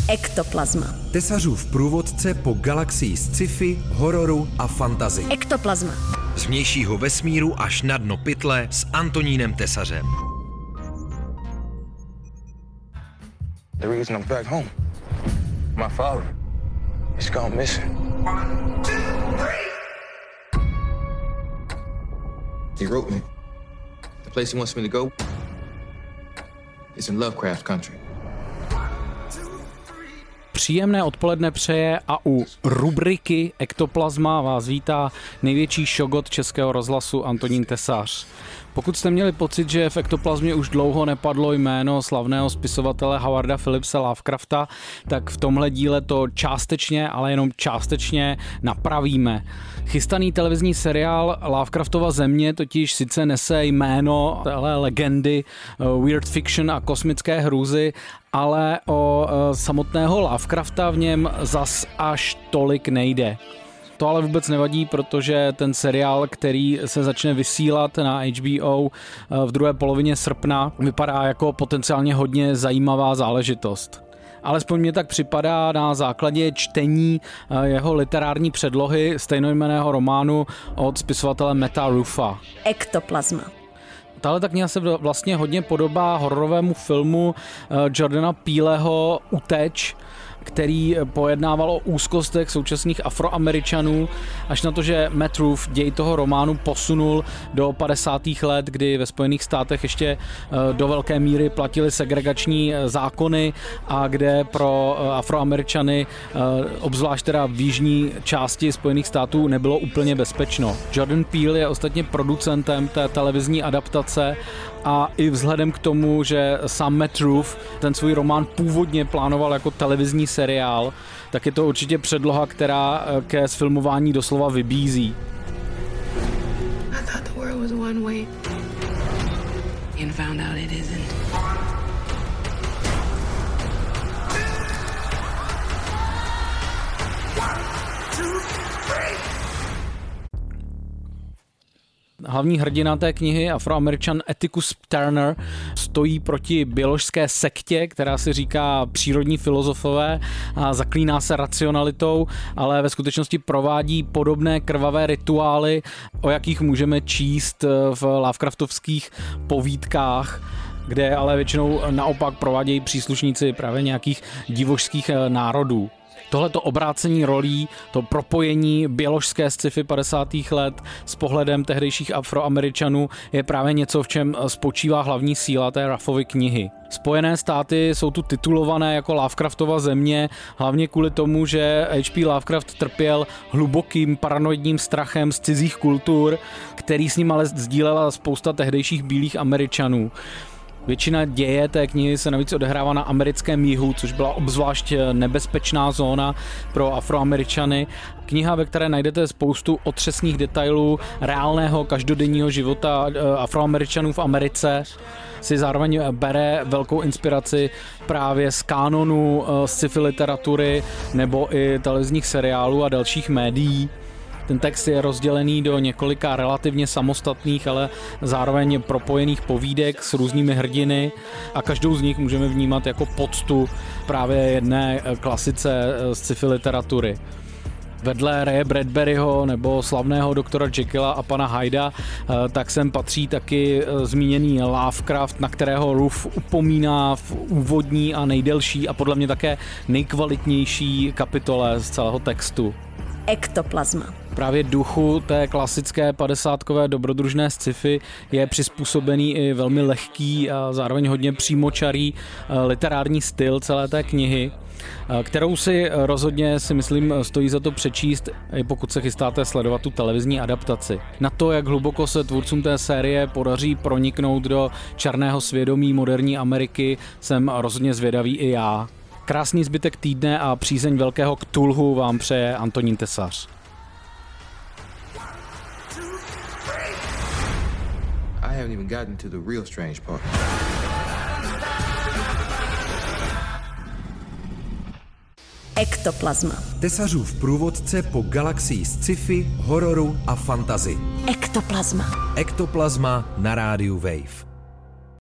Ektoplazma. Tesařův průvodce po galaxii sci-fi, hororu a fantasy. Ektoplazma. Z vnějšího vesmíru až na dno pytle s Antonínem Tesařem. The reason I'm back home, my father, he's gone missing. 1, 2, 3. He wrote me. The place he wants me to go is in Lovecraft country. Příjemné odpoledne přeje a u rubriky Ektoplazma vás vítá největší šogot Českého rozhlasu Antonín Tesař. Pokud jste měli pocit, že v Ektoplazmě už dlouho nepadlo jméno slavného spisovatele Howarda Phillipse Lovecrafta, tak v tomhle díle to částečně, ale jenom částečně napravíme. Chystaný televizní seriál Lovecraftova země totiž sice nese jméno téhle legendy weird fiction a kosmické hrůzy, ale o samotného Lovecrafta v něm zas až tolik nejde. To ale vůbec nevadí, protože ten seriál, který se začne vysílat na HBO v druhé polovině srpna, vypadá jako potenciálně hodně zajímavá záležitost. Alespoň mě tak připadá na základě čtení jeho literární předlohy stejnojmenného románu od spisovatele Matta Ruffa. Ektoplazma. Tahle ta kniha se vlastně hodně podobá hororovému filmu Jordana Peeleho Uteč, který pojednával o úzkostech současných Afroameričanů, až na to, že Matt Ruff děj toho románu posunul do 50. let, kdy ve Spojených státech ještě do velké míry platily segregační zákony a kde pro Afroameričany, obzvlášť teda v jižní části Spojených států, nebylo úplně bezpečno. Jordan Peele je ostatně producentem té televizní adaptace a i vzhledem k tomu, že sám Matt Ruff ten svůj román původně plánoval jako televizní seriál, tak je to určitě předloha, která ke sfilmování doslova vybízí. I thought the world was one way and found out it isn't. Hlavní hrdina té knihy, Afroameričan Atticus Turner, stojí proti bioložské sektě, která se říká přírodní filozofové a zaklíná se racionalitou, ale ve skutečnosti provádí podobné krvavé rituály, o jakých můžeme číst v Lovecraftovských povídkách, kde ale většinou naopak provádějí příslušníci právě nějakých divošských národů. Tohleto obrácení rolí, to propojení běložské sci-fi 50. let s pohledem tehdejších Afroameričanů je právě něco, v čem spočívá hlavní síla té Ruffovy knihy. Spojené státy jsou tu titulované jako Lovecraftova země, hlavně kvůli tomu, že H.P. Lovecraft trpěl hlubokým paranoidním strachem z cizích kultur, který s ním ale sdílela spousta tehdejších bílých Američanů. Většina děje té knihy se navíc odehrává na americkém jihu, což byla obzvlášť nebezpečná zóna pro Afroameričany. Kniha, ve které najdete spoustu otřesných detailů reálného každodenního života Afroameričanů v Americe, si zároveň bere velkou inspiraci právě z kánonu sci-fi literatury nebo i televizních seriálů a dalších médií. Ten text je rozdělený do několika relativně samostatných, ale zároveň propojených povídek s různými hrdiny a každou z nich můžeme vnímat jako poctu právě jedné klasice sci-fi literatury. Vedle Raye Bradburyho nebo slavného doktora Jekylla a pana Hyda, tak sem patří taky zmíněný Lovecraft, na kterého Ruff upomíná v úvodní a nejdelší a podle mě také nejkvalitnější kapitole z celého textu. Ektoplazma. Právě duchu té klasické 50kové dobrodružné sci-fi je přizpůsobený i velmi lehký a zároveň hodně přímočarý literární styl celé té knihy, kterou si rozhodně, si myslím, stojí za to přečíst, i pokud se chystáte sledovat tu televizní adaptaci. Na to, jak hluboko se tvůrcům té série podaří proniknout do černého svědomí moderní Ameriky, jsem rozhodně zvědavý i já. Krásný zbytek týdne a přízeň velkého Cthulhu vám přeje Antonín Tesař. I haven't even gotten to the real strange part. Ektoplazma. Tesařův průvodce po galaxii sci-fi, hororu a fantasy. Ektoplazma. Ektoplazma na rádiu Wave.